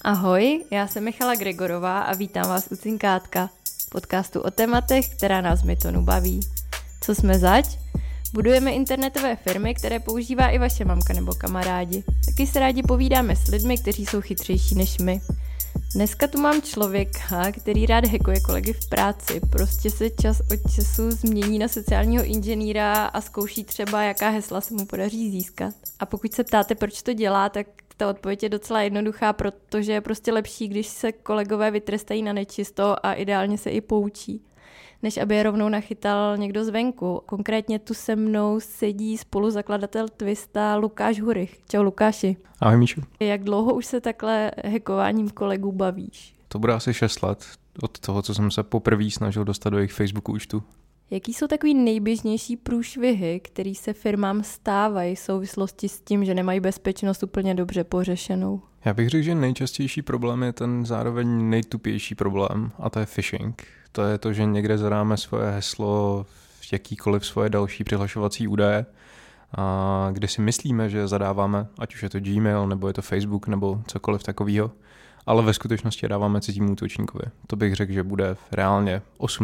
Ahoj, já jsem Michala Gregorová a vítám vás u Cinkátka, podcastu o tématech, která nás v Mytonu baví. Co jsme zač? Budujeme internetové firmy, které používá i vaše mamka nebo kamarádi. Taky se rádi povídáme s lidmi, kteří jsou chytřejší než my. Dneska tu mám člověka, který rád hackuje kolegy v práci. Prostě se čas od času změní na sociálního inženýra a zkouší třeba, jaká hesla se mu podaří získat. A pokud se ptáte, proč to dělá, tak ta odpověď je docela jednoduchá, protože je prostě lepší, když se kolegové vytrestají na nečisto a ideálně se i poučí, než aby je rovnou nachytal někdo zvenku. Konkrétně tu se mnou sedí spoluzakladatel Twista Lukáš Hurych. Čau Lukáši. Ahoj Míšu. Jak dlouho už se takhle hackováním kolegů bavíš? To bude asi 6 let od toho, co jsem se poprvé snažil dostat do jejich Facebooku účtu. Jaký jsou takový nejběžnější průšvihy, který se firmám stávají v souvislosti s tím, že nemají bezpečnost úplně dobře pořešenou? Já bych řekl, že nejčastější problém je ten zároveň nejtupější problém a to je phishing. To je to, že někde zadáme svoje heslo, jakýkoliv svoje další přihlašovací údaje, a kde si myslíme, že zadáváme, ať už je to Gmail, nebo je to Facebook, nebo cokoliv takového, ale ve skutečnosti dáváme cizímu útočníkovi. To bych řekl, že bude reálně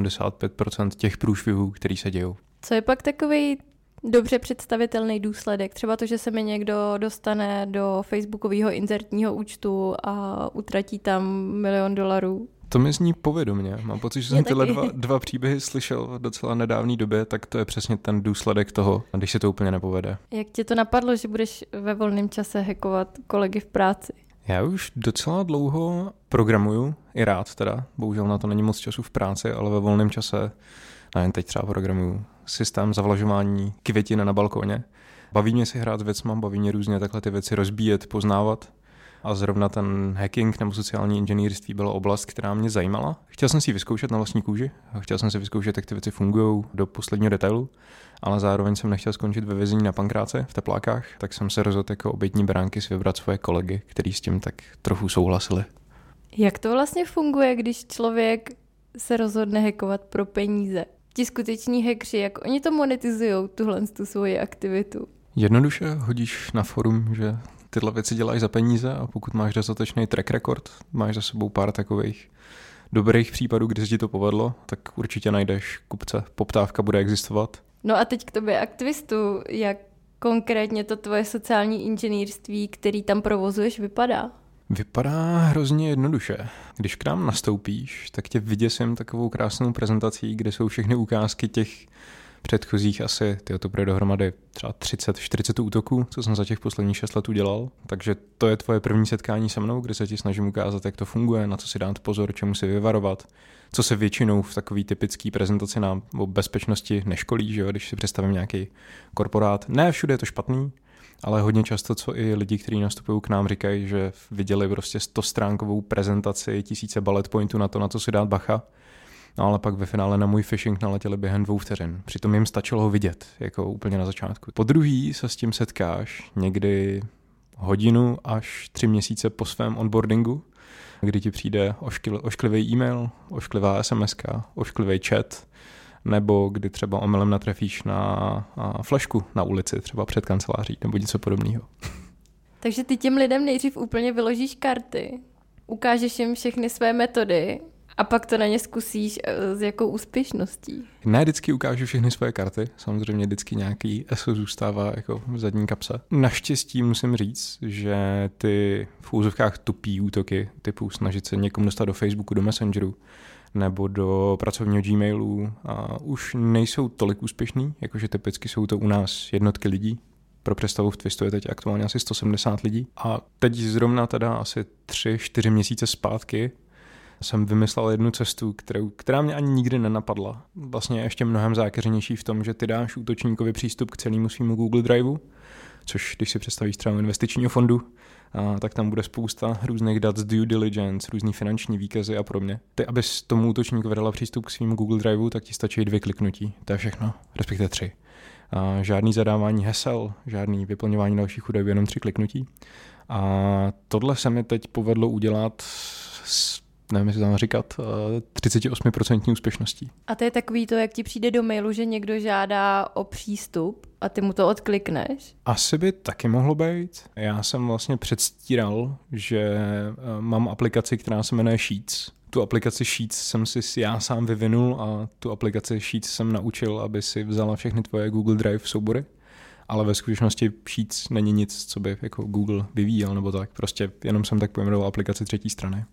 85% těch průšvihů, který se dějou. Co je pak takový dobře představitelný důsledek? Třeba to, že se mi někdo dostane do facebookového inzertního účtu a utratí tam $1 000 000. To mi zní povědomě. Mám pocit, že jsem tyhle dva příběhy slyšel v docela nedávné době, tak to je přesně ten důsledek toho, když se to úplně nepovede. Jak tě to napadlo, že budeš ve volném čase hackovat kolegy v práci? Já už docela dlouho programuju, i rád teda, bohužel na to není moc času v práci, ale ve volném čase, nevím, teď třeba programuju systém zavlažování květin na balkóně. Baví mě si hrát s věcma, baví mě různě takhle ty věci rozbíjet, poznávat. A zrovna ten hacking nebo sociální inženýrství byla oblast, která mě zajímala. Chtěl jsem si ji vyzkoušet na vlastní kůži, chtěl jsem si vyzkoušet, jak ty věci fungují do posledního detailu, ale zároveň jsem nechtěl skončit ve vězení na Pankráce v teplákách, tak jsem se rozhodl jako obětní beránky si vybrat svoje kolegy, kteří s tím tak trochu souhlasili. Jak to vlastně funguje, když člověk se rozhodne hackovat pro peníze? Ti skuteční hackři, jak oni to monetizujou, tu svoji aktivitu? Jednoduše hodíš na forum, že tyhle věci děláš za peníze a pokud máš dostatečný track record, máš za sebou pár takových dobrých případů, kdy se ti to povedlo, tak určitě najdeš kupce. Poptávka bude existovat. No a teď k tobě aktivistu, jak konkrétně to tvoje sociální inženýrství, který tam provozuješ, vypadá? Vypadá hrozně jednoduše. Když k nám nastoupíš, tak tě vyděsím takovou krásnou prezentací, kde jsou všechny ukázky těch předchozích asi, to bude dohromady třeba 30-40 útoků, co jsem za těch posledních 6 let udělal. Takže to je tvoje první setkání se mnou, kde se ti snažím ukázat, jak to funguje, na co si dát pozor, čemu si vyvarovat, co se většinou v takový typický prezentaci o bezpečnosti neškolí, že jo, když si představím nějaký korporát. Ne všude je to špatný, ale hodně často, co i lidi, kteří nastupují k nám, říkají, že viděli prostě 100stránkovou prezentaci, 1000 bullet pointů na to, na co si dát bacha. No ale pak ve finále na můj phishing naletěli během 2 vteřin. Přitom jim stačilo ho vidět, jako úplně na začátku. Po druhý se s tím setkáš někdy 1 až 3 měsíce po svém onboardingu, kdy ti přijde ošklivý e-mail, ošklivá SMS-ka, ošklivý chat, nebo kdy třeba omylem natrefíš na flešku na ulici, třeba před kanceláří, nebo něco podobného. Takže ty těm lidem nejdřív úplně vyložíš karty, ukážeš jim všechny své metody a pak to na ně zkusíš s jakou úspěšností. Ne vždycky ukážu všechny svoje karty, samozřejmě vždycky nějaký ESO zůstává jako v zadní kapse. Naštěstí musím říct, že ty v úzovkách tupý útoky, typu snažit se někomu dostat do Facebooku, do Messengeru, nebo do pracovního Gmailu, a už nejsou tolik úspěšný, jakože typicky jsou to u nás jednotky lidí. Pro představu v Twistu je teď aktuálně asi 170 lidí. A teď zrovna teda asi 3-4 měsíce zpátky jsem vymyslel jednu cestu, která mě ani nikdy nenapadla. Vlastně je ještě mnohem zákeřnější v tom, že ty dáš útočníkovi přístup k celému svýmu Google Driveu, což když si představíš třeba investičního fondu, tak tam bude spousta různých dat z due diligence, různý finanční výkazy a podobně. Ty, abys tomu útočníkovi dala přístup k svýmu Google Driveu, tak ti stačí 2 kliknutí. To je všechno, respektive 3. Žádný zadávání hesel, žádný vyplňování dalších údajů, jenom 3 kliknutí. A tohle se mi teď povedlo udělat nevím, jestli tam říkat, 38% úspěšností. A to je takový to, jak ti přijde do mailu, že někdo žádá o přístup a ty mu to odklikneš? Asi by taky mohlo být. Já jsem vlastně předstíral, že mám aplikaci, která se jmenuje Sheets. Tu aplikaci Sheets jsem si já sám vyvinul a tu aplikaci Sheets jsem naučil, aby si vzala všechny tvoje Google Drive soubory. Ale ve skutečnosti Sheets není nic, co by jako Google vyvíjel nebo tak. Prostě jenom jsem tak pojmenoval aplikaci třetí strany.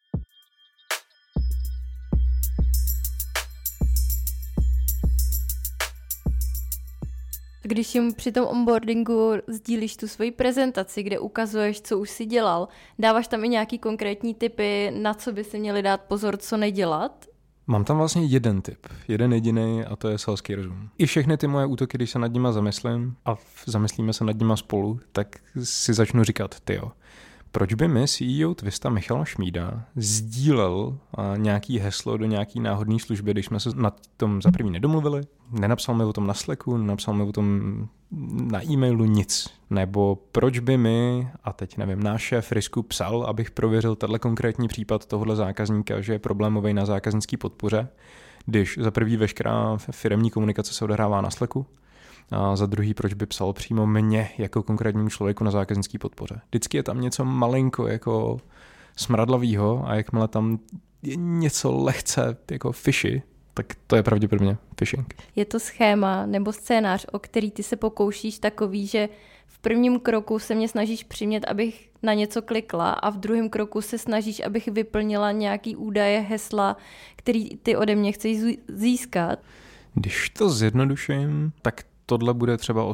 Když jim při tom onboardingu sdílíš tu svoji prezentaci, kde ukazuješ, co už si dělal, dáváš tam i nějaký konkrétní tipy, na co by si měli dát pozor, co nedělat? Mám tam vlastně jeden tip, jeden jediný, a to je selský rozum. I všechny ty moje útoky, když se nad nima zamyslím a zamyslíme se nad nima spolu, tak si začnu říkat, tyjo, proč by mi CEO Twista Michal Šmída sdílel nějaký heslo do nějaký náhodné služby, když jsme se nad tom za první nedomluvili, nenapsal mi o tom na Slacku, nenapsal mi o tom na e-mailu nic. Nebo proč by mi, a teď nevím, náš šéf Risku psal, abych prověřil tenhle konkrétní případ tohohle zákazníka, že je problémový na zákaznické podpoře, když za první veškerá firemní komunikace se odehrává na Slacku, a za druhý, proč by psal přímo mě jako konkrétnímu člověku na zákaznické podpoře. Vždycky je tam něco malinko jako smradlavýho a jakmile tam je něco lehce jako fishy, tak to je pravděpodobně phishing. Je to schéma nebo scénář, o který ty se pokoušíš takový, že v prvním kroku se mě snažíš přimět, abych na něco klikla a v druhém kroku se snažíš, abych vyplnila nějaký údaje, hesla, který ty ode mě chceš získat. Když to zjednoduším, tak tohle bude třeba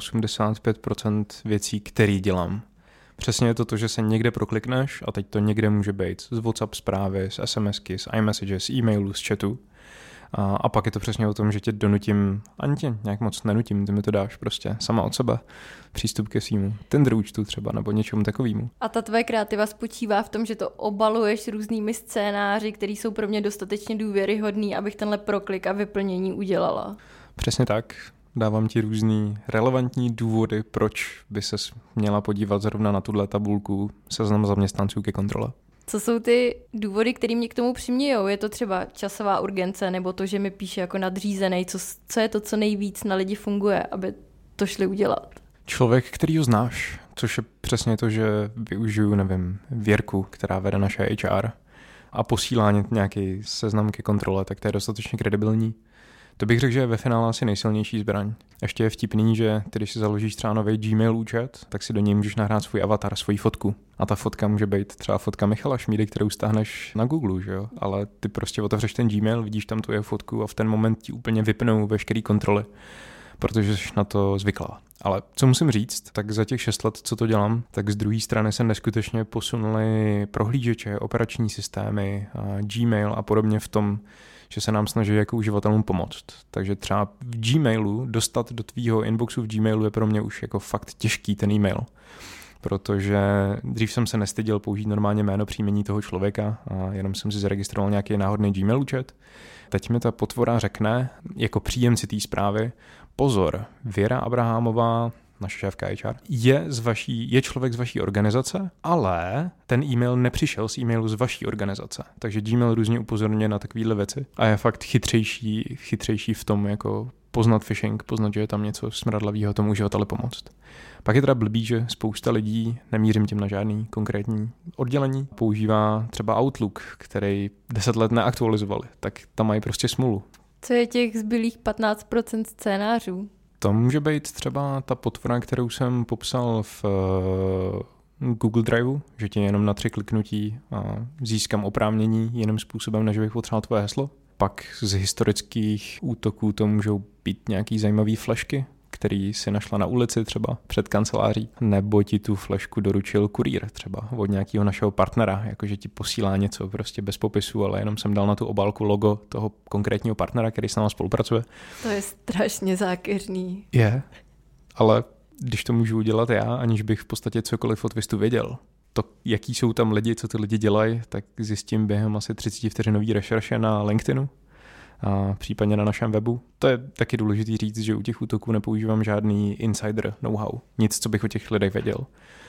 85% věcí, které dělám. Přesně je to, že se někde proklikneš a teď to někde může být z WhatsApp zprávy, z SMSky, z iMessages, z e-mailu, z chatu. A pak je to přesně o tom, že tě donutím, ani tě nějak moc nenutím, ty mi to dáš prostě sama od sebe. Přístup ke svýmu Tinder účtu třeba nebo něčemu takovému. A ta tvoje kreativa spočívá v tom, že to obaluješ různými scénáři, které jsou pro mě dostatečně důvěryhodný, abych tenhle proklik a vyplnění udělala. Přesně tak. Dávám ti různý relevantní důvody, proč by ses měla podívat zrovna na tuhle tabulku seznam zaměstnanců ke kontrole. Co jsou ty důvody, které mě k tomu přimějou? Je to třeba časová urgence nebo to, že mi píše jako nadřízený? Co je to, co nejvíc na lidi funguje, aby to šli udělat? Člověk, který ho znáš, což je přesně to, že využiju, nevím, Věrku, která vede naše HR a posílá nějaký seznam ke kontrole, tak to je dostatečně kredibilní. To bych řekl, že je ve finále asi nejsilnější zbraň. Ještě je vtipný, že ty, když si založíš třeba nový Gmail účet, tak si do něj můžeš nahrát svůj avatar, svoji fotku. A ta fotka může být třeba fotka Michala Šmídy, kterou stáhneš na Google, že jo? Ale ty prostě otevřeš ten Gmail, vidíš tam tu jeho fotku a v ten moment ti úplně vypnou veškerý kontroly, protože jsi na to zvyklá. Ale co musím říct, tak za těch 6 let, co to dělám, tak z druhé strany se neskutečně posunuli prohlížeče, operační systémy, Gmail a podobně v tom, že se nám snaží jako uživatelům pomoct. Takže třeba v Gmailu, dostat do tvýho inboxu v Gmailu je pro mě už jako fakt těžký ten e-mail. Protože dřív jsem se nestyděl použít normálně jméno, příjmení toho člověka a jenom jsem si zaregistroval nějaký náhodný Gmail účet. Teď mi ta potvora řekne, jako příjemci té zprávy, pozor, Věra Abrahamová, naše šéfka HR, je člověk z vaší organizace, ale ten e-mail nepřišel z e-mailu z vaší organizace. Takže Gmail různě upozorňuje na takovéhle věci a je fakt chytřejší v tom, jako poznat phishing, poznat, že je tam něco smradlavého tomu uživateli pomoct. Pak je teda blbý, že spousta lidí, nemířím tím na žádný konkrétní oddělení, používá třeba Outlook, který 10 let neaktualizovali, tak tam mají prostě smůlu. Co je těch zbylých 15% scénářů? To může být třeba ta potvora, kterou jsem popsal v Google Driveu, že ti jenom na 3 kliknutí získám oprávnění jiným způsobem, než bych potřeboval tvoje heslo. Pak z historických útoků to můžou být nějaký zajímavý flashky, který si našla na ulici třeba před kanceláří, nebo ti tu flešku doručil kurýr třeba od nějakého našeho partnera, jakože ti posílá něco prostě bez popisu, ale jenom jsem dal na tu obálku logo toho konkrétního partnera, který s náma spolupracuje. To je strašně zákeřný. Je, ale když to můžu udělat já, aniž bych v podstatě cokoliv o Twistu věděl, to, jaký jsou tam lidi, co ty lidi dělají, tak zjistím během asi 30 vteřinový rešerše na LinkedInu a případně na našem webu. To je taky důležitý říct, že u těch útoků nepoužívám žádný insider know-how. Nic, co bych o těch lidech věděl.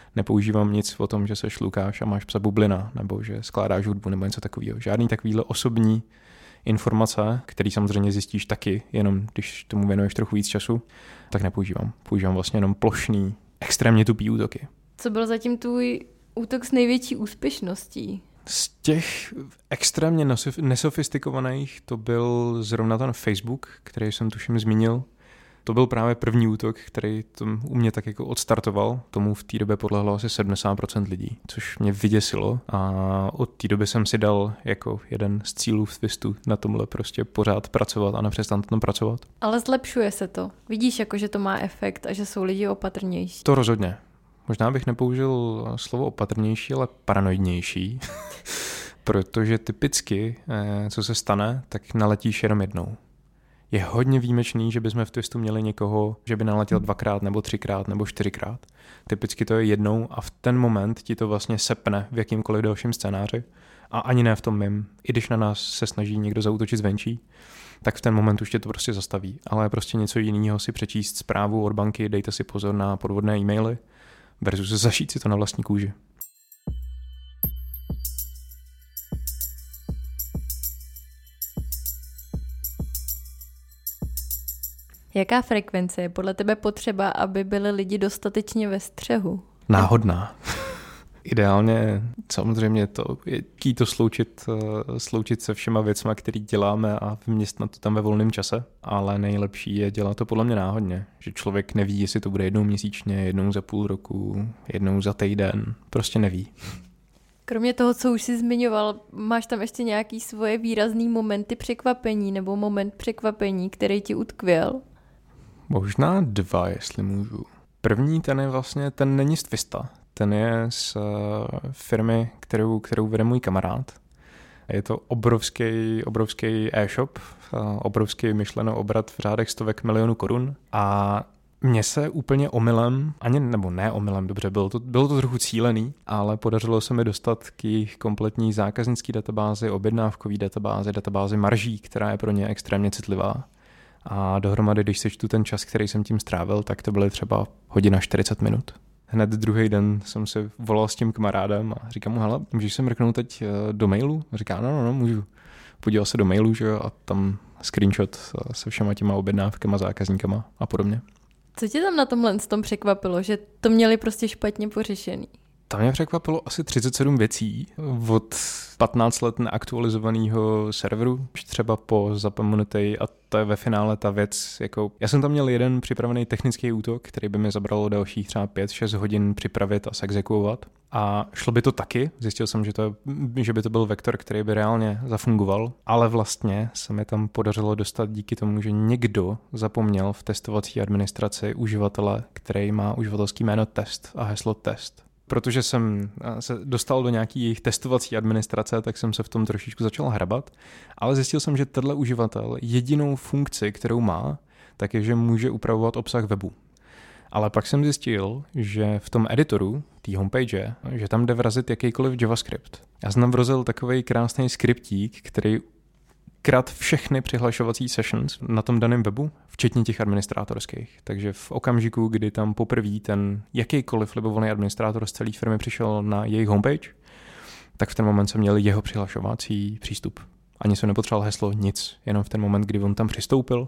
Nepoužívám nic o tom, že seš Lukáš a máš psa Bublina, nebo že skládáš hudbu, nebo něco takového. Žádný takovýhle osobní informace, který samozřejmě zjistíš taky, jenom když tomu věnuješ trochu víc času, tak nepoužívám. Používám vlastně jenom plošný, extrémně tupý útoky. Co byl zatím tvůj útok s největší úspěšností? Z těch extrémně nesofistikovaných to byl zrovna ten Facebook, který jsem tuším zmínil. To byl právě první útok, který to u mě tak jako odstartoval. Tomu v té době podlehlo asi 70% lidí, což mě vyděsilo. A od té doby jsem si dal jako jeden z cílů v Twistu na tomhle prostě pořád pracovat a nepřestat tam pracovat. Ale zlepšuje se to. Vidíš, jako, že to má efekt a že jsou lidi opatrnější. To rozhodně. Možná bych nepoužil slovo opatrnější, ale paranoidnější. Protože typicky, co se stane, tak naletíš jenom jednou. Je hodně výjimečný, že bychom v Twistu měli někoho, že by naletěl 2x nebo 3x nebo 4x. Typicky to je jednou a v ten moment ti to vlastně sepne v jakýmkoliv dalším scénáři a ani ne v tom mým. I když na nás se snaží někdo zaútočit zvenčí, tak v ten moment už tě to prostě zastaví. Ale prostě něco jiného si přečíst zprávu od banky, dejte si pozor na podvodné e-maily versus zašít si to na vlastní kůži. Jaká frekvence je podle tebe potřeba, aby byli lidi dostatečně ve střehu? Náhodná. Ideálně samozřejmě to je to sloučit se všema věcma, které děláme a vměstnat to tam ve volném čase, ale nejlepší je dělat to podle mě náhodně, že člověk neví, jestli to bude jednou měsíčně, jednou za půl roku, jednou za týden, prostě neví. Kromě toho, co už jsi zmiňoval, máš tam ještě nějaký svoje výrazný momenty překvapení nebo moment překvapení, který ti utkvěl? Možná 2, jestli můžu. První, ten není z Twista. Ten je z firmy, kterou vede můj kamarád. Je to obrovský e-shop, obrovský myšleno obrat v řádech stovek milionů korun a mně se úplně omylem, nebo ne omylem, dobře, bylo to trochu cílený, ale podařilo se mi dostat k jejich kompletní zákaznické databázi, objednávkové databázi marží, která je pro ně extrémně citlivá. A dohromady, když sečtu ten čas, který jsem tím strávil, tak to byly třeba hodina 40 minut. Hned druhý den jsem si volal s tím kamarádem a říkám mu, hele, můžeš se mrknout teď do mailu? A říká, no, můžu. Podíval se do mailu, že jo, a tam screenshot se všema těma objednávkama, zákazníkama a podobně. Co tě tam na tomhle tom překvapilo, že to měli prostě špatně pořešený? Tam mě překvapilo asi 37 věcí od 15 let neaktualizovaného serveru, už třeba po zapomenutej, a to je ve finále ta věc, jako já jsem tam měl jeden připravený technický útok, který by mi zabralo dalších třeba 5-6 hodin připravit a exekuovat. A šlo by to taky, zjistil jsem, že by to byl vektor, který by reálně zafungoval, ale vlastně se mi tam podařilo dostat díky tomu, že někdo zapomněl v testovací administraci uživatele, který má uživatelský jméno test a heslo test. Protože jsem se dostal do nějaký jejich testovací administrace, tak jsem se v tom trošičku začal hrabat, ale zjistil jsem, že tenhle uživatel jedinou funkci, kterou má, tak je, že může upravovat obsah webu. Ale pak jsem zjistil, že v tom editoru, té homepage, že tam jde vrazit jakýkoliv JavaScript. Já jsem tam vrazil takovej krásný skriptík, který krát všechny přihlašovací sessions na tom daném webu, včetně těch administrátorských. Takže v okamžiku, kdy tam poprvé ten jakýkoliv libovolný administrátor z celé firmy přišel na jejich homepage, tak v ten moment jsem měl jeho přihlašovací přístup. Ani jsem nepotřeboval heslo, nic. Jenom v ten moment, kdy on tam přistoupil,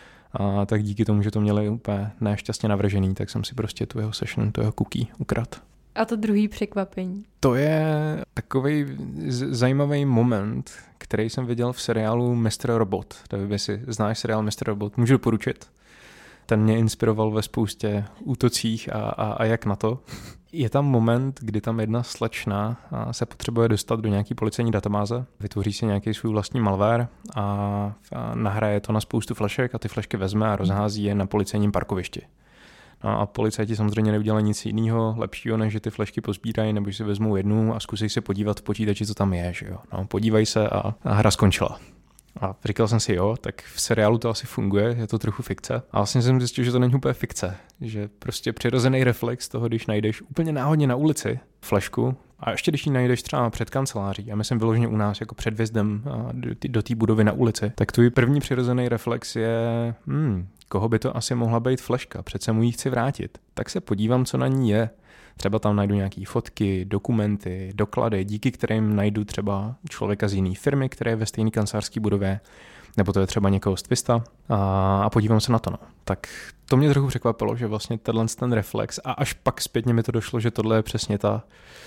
a tak díky tomu, že to měli úplně nešťastně navržený, tak jsem si prostě tu jeho session, tu jeho cookie ukradl. A to druhý překvapení. To je takový zajímavý moment, který jsem viděl v seriálu Mr. Robot. Nevím, jestli znáš seriál Mr. Robot, můžu doporučit. Ten mě inspiroval ve spoustě útocích a jak na to. Je tam moment, kdy tam jedna slečna se potřebuje dostat do nějaký policejní databáze, vytvoří si nějaký svůj vlastní malware a nahraje to na spoustu flešek a ty flešky vezme a rozhází je na policejním parkovišti. No a policajti samozřejmě neudělají nic jiného lepšího, než že ty flešky pozbírají, nebo si vezmou jednu a zkusí se podívat v počítači, co tam je. Že jo? No, podívají se a hra skončila. A říkal jsem si, jo, tak v seriálu to asi funguje, je to trochu fikce. A vlastně jsem zjistil, že to není úplně fikce. Že prostě přirozený reflex toho, když najdeš úplně náhodně na ulici flešku, a ještě když ji najdeš třeba před kanceláří, a myslím vyloženě u nás jako před vjezdem do té budovy na ulici, tak tvůj první přirozený reflex je, koho by to asi mohla být fleška, přece mu ji chci vrátit. Tak se podívám, co na ní je. Třeba tam najdu nějaké fotky, dokumenty, doklady, díky kterým najdu třeba člověka z jiné firmy, který je ve stejné kancelářské budově, nebo to je třeba někoho z Twista a podívám se na to. No. Tak to mě trochu překvapilo, že vlastně ten reflex a až pak zpětně mi to došlo, že tohle je přesně ta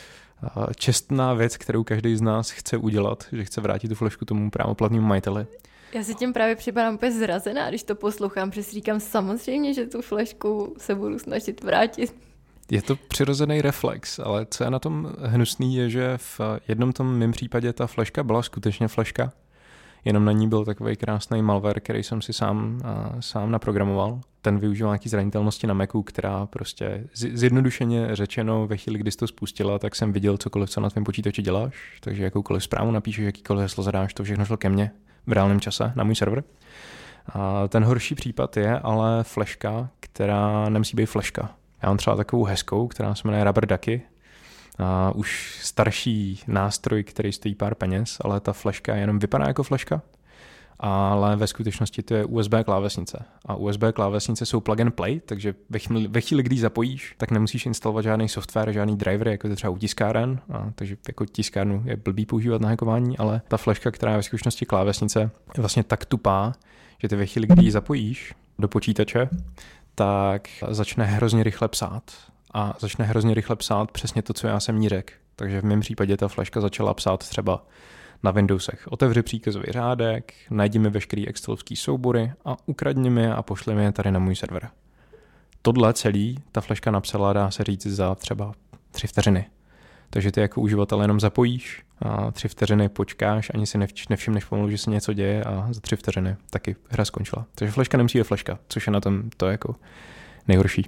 čestná věc, kterou každý z nás chce udělat, že chce vrátit tu flešku tomu právoplatnému majiteli. Já si tím právě připadám úplně zrazená, když to poslouchám, protože si říkám samozřejmě, že tu flešku se budu snažit vrátit. Je to přirozený reflex, ale co je na tom hnusný, je, že v jednom tom mém případě ta fleška byla skutečně fleška, jenom na ní byl takový krásný malware, který jsem si sám naprogramoval. Ten využíval nějaký zranitelnosti na Macu, která prostě zjednodušeně řečeno ve chvíli, kdy jsi to spustila, tak jsem viděl cokoliv, co na tvém počítači děláš, takže jakoukoliv zprávu napíšeš, jakýkoliv heslo zadáš, to všechno šlo ke mně v reálném čase na můj server. A ten horší případ je ale fleška, která nemusí být fleška. Já mám třeba takovou hezkou, která se jmenuje Rubber Ducky. Už starší nástroj, který stojí pár peněz, ale ta fleška jenom vypadá jako fleška, ale ve skutečnosti to je USB klávesnice. A USB klávesnice jsou plug and play, takže ve chvíli, kdy ji zapojíš, tak nemusíš instalovat žádný software, žádný driver, jako to třeba u tiskáren, takže jako tiskárnu je blbý používat na hackování, ale ta fleška, která je ve skutečnosti klávesnice, je vlastně tak tupá, že ty ve chvíli, kdy ji zapojíš do počítače, tak začne hrozně rychle psát. A začne hrozně rychle psát přesně to, co já jsem ní řekl. Takže v mém případě ta fleška začala psát třeba na Windowsech. Otevři příkazový řádek, najdi mi veškerý excelovský soubory a ukradni mi a pošli mi je tady na můj server. Tohle celý ta fleška napsala, dá se říct, za třeba 3 vteřiny. Takže ty jako uživatel jenom zapojíš a 3 vteřiny počkáš, ani si nevšimneš pomalu, že se něco děje a za 3 vteřiny taky hra skončila. Takže fleška nemusí být fleška, což je na tom to jako nejhorší.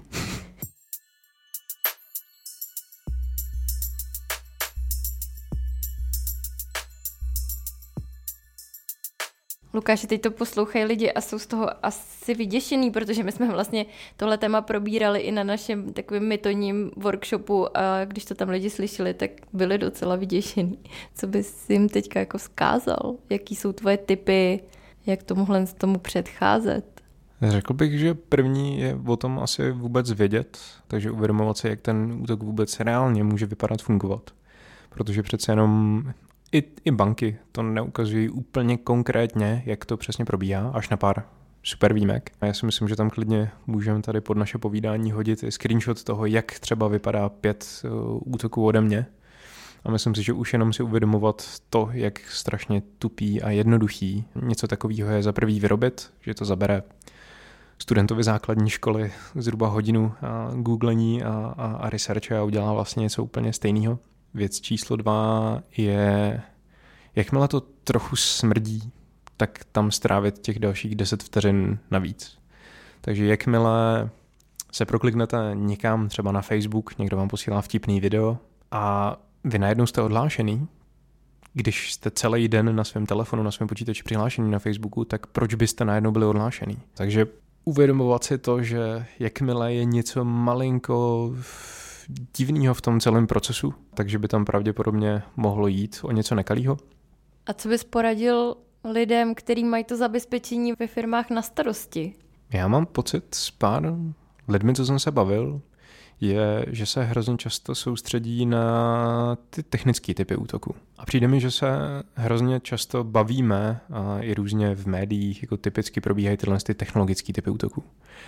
Lukáši, teď to poslouchají lidi a jsou z toho asi vyděšený, protože my jsme vlastně tohle téma probírali i na našem takovém mytonním workshopu a když to tam lidi slyšeli, tak byli docela vyděšený. Co bys jim teďka jako vzkázal? Jaký jsou tvoje tipy, jak tomu předcházet? Řekl bych, že první je o tom asi vůbec vědět, takže uvědomovat si, jak ten útok vůbec reálně může vypadat, fungovat. Protože přece jenom i banky to neukazují úplně konkrétně, jak to přesně probíhá, až na pár super výjimek. A já si myslím, že tam klidně můžeme tady pod naše povídání hodit i screenshot toho, jak třeba vypadá 5 útoků ode mě. A myslím si, že už jenom si uvědomovat to, jak strašně tupý a jednoduchý něco takového je za prvý vyrobit, že to zabere studentovi základní školy zhruba hodinu googlení a researche a udělá vlastně něco úplně stejného. Věc číslo 2 je, jakmile to trochu smrdí, tak tam strávit těch dalších 10 vteřin navíc. Takže jakmile se prokliknete někam třeba na Facebook, někdo vám posílá vtipný video a vy najednou jste odhlášený, když jste celý den na svém telefonu, na svém počítači přihlášený na Facebooku, tak proč byste najednou byli odhlášený? Takže uvědomovat si to, že jakmile je něco malinko divného v tom celém procesu, takže by tam pravděpodobně mohlo jít o něco nekalýho. A co bys poradil lidem, kteří mají to zabezpečení ve firmách na starosti? Já mám pocit s pár lidmi, co jsem se bavil, je, že se hrozně často soustředí na ty technické typy útoků. A přijde mi, že se hrozně často bavíme a i různě v médiích, jako typicky probíhají tyhle technologické typy útoků.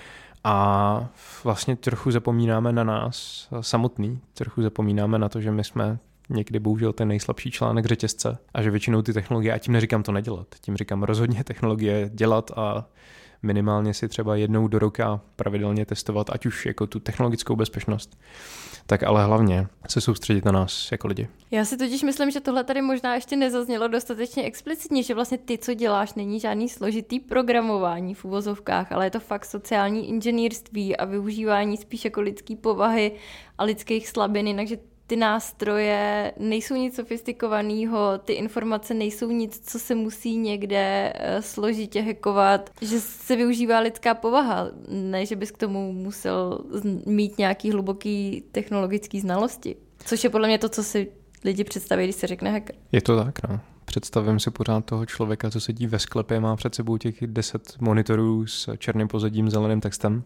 A vlastně trochu zapomínáme na nás samotný, trochu zapomínáme na to, že my jsme někdy bohužel ten nejslabší článek řetězce a že většinou ty technologie, a tím neříkám to nedělat, tím říkám rozhodně technologie dělat a minimálně si třeba jednou do roka pravidelně testovat, ať už jako tu technologickou bezpečnost, tak ale hlavně se soustředit na nás jako lidi. Já si totiž myslím, že tohle tady možná ještě nezaznělo dostatečně explicitně, že vlastně ty, co děláš, není žádný složitý programování v uvozovkách, ale je to fakt sociální inženýrství a využívání spíš jako lidský povahy a lidských slabin, jinak ty nástroje nejsou nic sofistikovaného, ty informace nejsou nic, co se musí někde složitě hackovat, že se využívá lidská povaha, ne, že bys k tomu musel mít nějaký hluboký technologický znalosti, což je podle mě to, co si lidi představí, když se řekne hacker. Je to tak, no. Představím si pořád toho člověka, co sedí ve sklepě, má před sebou těch 10 monitorů s černým pozadím, zeleným textem,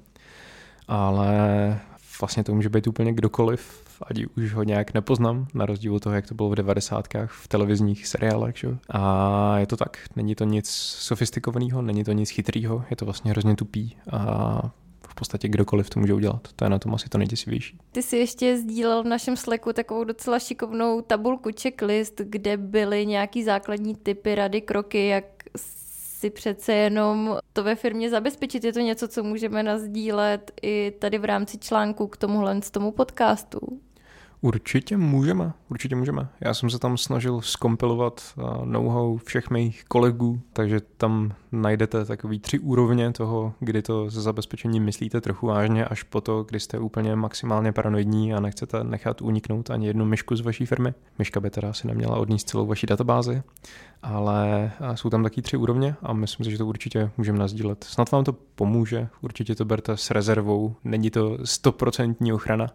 ale vlastně to může být úplně kdokoliv, ať už ho nějak nepoznám, na rozdíl od toho, jak to bylo v 90kách v televizních seriálech. Že? A je to tak, není to nic sofistikovaného, není to nic chytrýho, je to vlastně hrozně tupý a v podstatě kdokoliv to může udělat. To je na tom asi to nejděsivější. Ty jsi ještě sdílel v našem Slacku takovou docela šikovnou tabulku checklist, kde byly nějaký základní tipy, rady, kroky, jak si přece jenom to ve firmě zabezpečit. Je to něco, co můžeme nasdílet i tady v rámci článku k tomu podcastu? Určitě můžeme. Já jsem se tam snažil zkompilovat know-how všech mých kolegů, takže tam najdete takový 3 úrovně toho, kdy to se zabezpečením myslíte trochu vážně, až po to, kdy jste úplně maximálně paranoidní a nechcete nechat uniknout ani jednu myšku z vaší firmy. Myška by teda asi neměla odníst celou vaší databázi, ale jsou tam taky 3 úrovně a myslím si, že to určitě můžeme nasdílet. Snad vám to pomůže, určitě to berte s rezervou, není to 100% ochrana,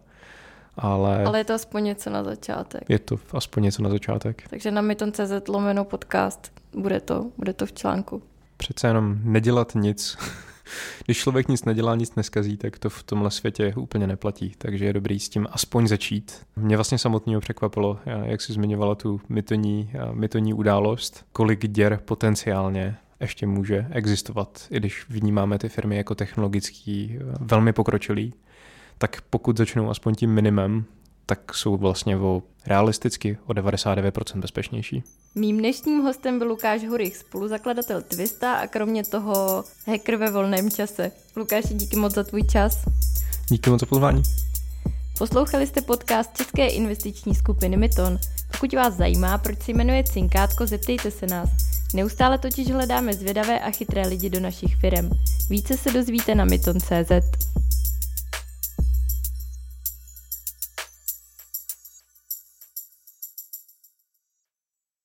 ale je to aspoň něco na začátek. Je to aspoň něco na začátek. Takže na myton.cz/podcast bude to v článku. Přece jenom nedělat nic. Když člověk nic nedělá, nic neskazí, tak to v tomhle světě úplně neplatí. Takže je dobrý s tím aspoň začít. Mě vlastně samotného překvapilo, jak jsi zmiňovala tu mytonní událost, kolik děr potenciálně ještě může existovat, i když vnímáme ty firmy jako technologicky velmi pokročilý. Tak pokud začnou aspoň tím minimem, tak jsou vlastně realisticky o 99% bezpečnější. Mým dnešním hostem byl Lukáš Hurich, spoluzakladatel Twista a kromě toho hacker ve volném čase. Lukáši, díky moc za tvůj čas. Díky moc za pozvání. Poslouchali jste podcast české investiční skupiny Myton. Pokud vás zajímá, proč se jmenuje Cinkátko, zeptejte se nás. Neustále totiž hledáme zvědavé a chytré lidi do našich firem. Více se dozvíte na myton.cz.